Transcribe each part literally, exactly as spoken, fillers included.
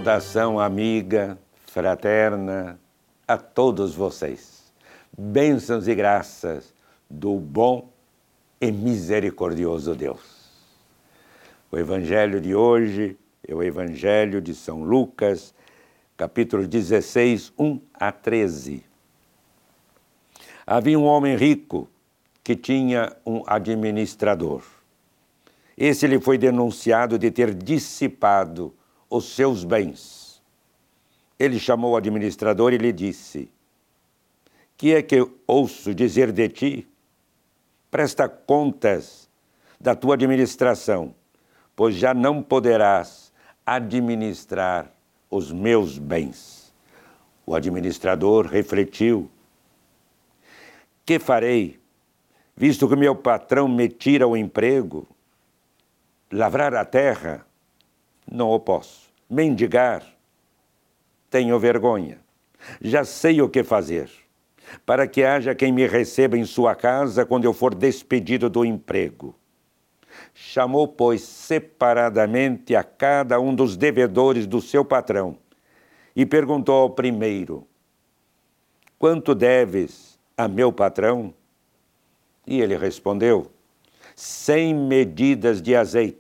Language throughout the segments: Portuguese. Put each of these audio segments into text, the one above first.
Saudação amiga, fraterna, a todos vocês. Bênçãos e graças do bom e misericordioso Deus. O Evangelho de hoje é o Evangelho de São Lucas, capítulo dezesseis, um a treze. Havia um homem rico que tinha um administrador. Esse lhe foi denunciado de ter dissipado os seus bens. Ele chamou o administrador e lhe disse: que é que eu ouço dizer de ti? Presta contas da tua administração, pois já não poderás administrar os meus bens. O administrador refletiu: que farei, visto que meu patrão me tira o emprego? Lavrar a terra? Não o posso. Mendigar? Tenho vergonha. Já sei o que fazer, para que haja quem me receba em sua casa quando eu for despedido do emprego. Chamou, pois, separadamente a cada um dos devedores do seu patrão e perguntou ao primeiro: quanto deves a meu patrão? E ele respondeu: cem medidas de azeite.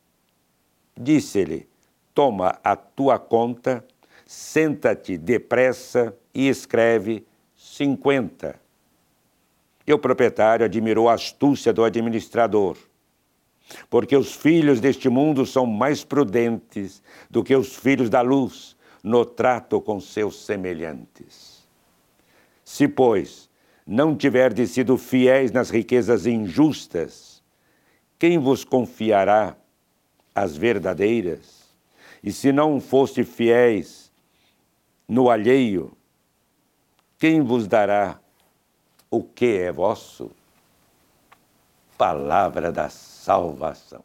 Disse-lhe: toma a tua conta, senta-te depressa e escreve cinquenta. E o proprietário admirou a astúcia do administrador, porque os filhos deste mundo são mais prudentes do que os filhos da luz no trato com seus semelhantes. Se, pois, não tiverdes sido fiéis nas riquezas injustas, quem vos confiará as verdadeiras? E se não foste fiéis no alheio, quem vos dará o que é vosso? Palavra da salvação.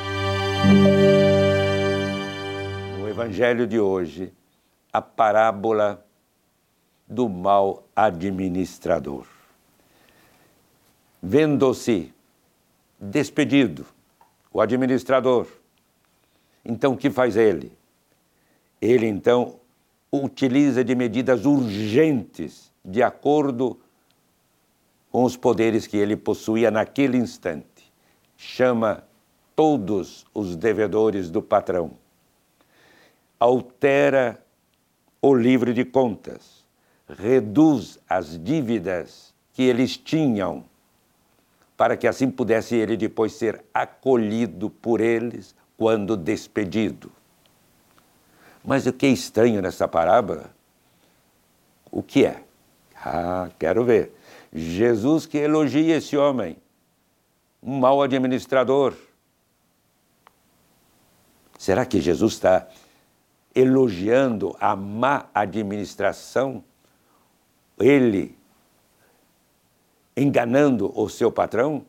No Evangelho de hoje, a parábola do mau administrador. Vendo-se despedido o administrador, então o que faz ele? Ele então utiliza de medidas urgentes de acordo com os poderes que ele possuía naquele instante. Chama todos os devedores do patrão. Altera o livro de contas. Reduz as dívidas que eles tinham, para que assim pudesse ele depois ser acolhido por eles quando despedido. Mas o que é estranho nessa parábola? O que é? Ah, quero ver. Jesus que elogia esse homem, um mau administrador. Será que Jesus está elogiando a má administração? Ele enganando o seu patrão?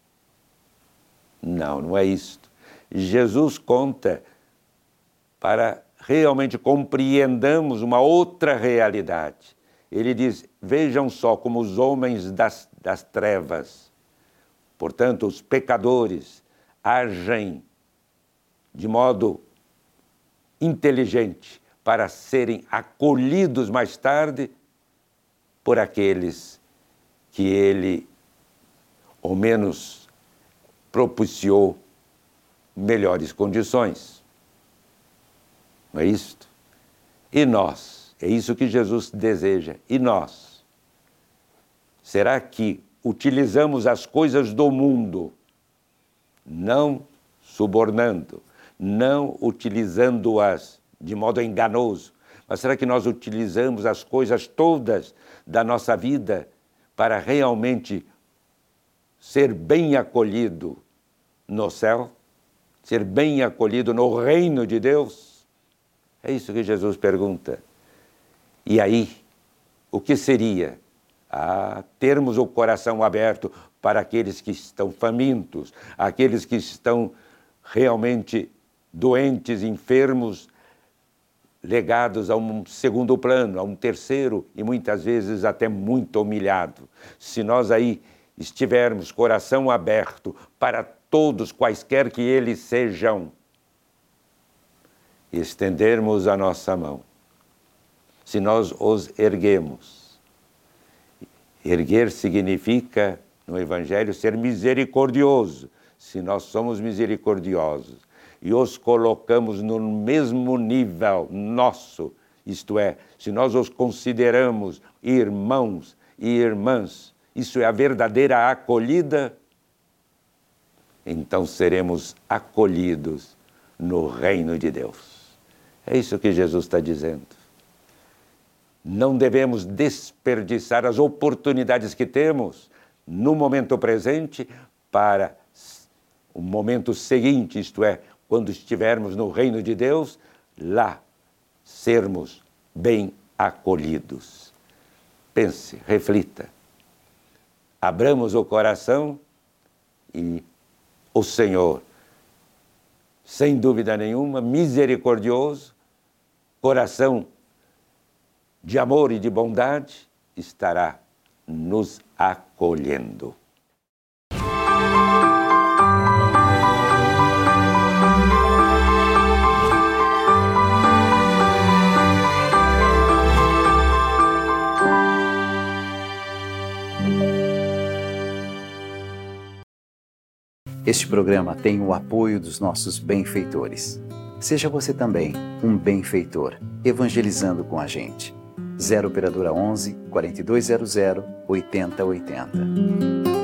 Não, não é isto. Jesus conta para realmente compreendamos uma outra realidade. Ele diz: vejam só como os homens das, das trevas, portanto, os pecadores, agem de modo inteligente para serem acolhidos mais tarde por aqueles que ele, ao menos, propiciou melhores condições. Não é isto? E nós? É isso que Jesus deseja. E nós? Será que utilizamos as coisas do mundo, não subornando, não utilizando-as de modo enganoso, mas será que nós utilizamos as coisas todas da nossa vida para realmente ser bem acolhido no céu? Ser bem acolhido no reino de Deus? É isso que Jesus pergunta. E aí, o que seria? Ah, termos o coração aberto para aqueles que estão famintos, aqueles que estão realmente doentes, enfermos, legados a um segundo plano, a um terceiro e muitas vezes até muito humilhado. Se nós aí estivermos coração aberto para todos, quaisquer que eles sejam, e estendermos a nossa mão, se nós os erguemos. Erguer significa, no Evangelho, ser misericordioso. Se nós somos misericordiosos e os colocamos no mesmo nível nosso, isto é, se nós os consideramos irmãos e irmãs, isso é a verdadeira acolhida, então seremos acolhidos no reino de Deus. É isso que Jesus está dizendo. Não devemos desperdiçar as oportunidades que temos no momento presente para o momento seguinte, isto é, quando estivermos no reino de Deus, lá sermos bem acolhidos. Pense, reflita. Abramos o coração e o Senhor, sem dúvida nenhuma, misericordioso, coração de amor e de bondade, estará nos acolhendo. Este programa tem o apoio dos nossos benfeitores. Seja você também um benfeitor, evangelizando com a gente. zero operadora onze, quarenta e dois zero zero, oitenta oitenta.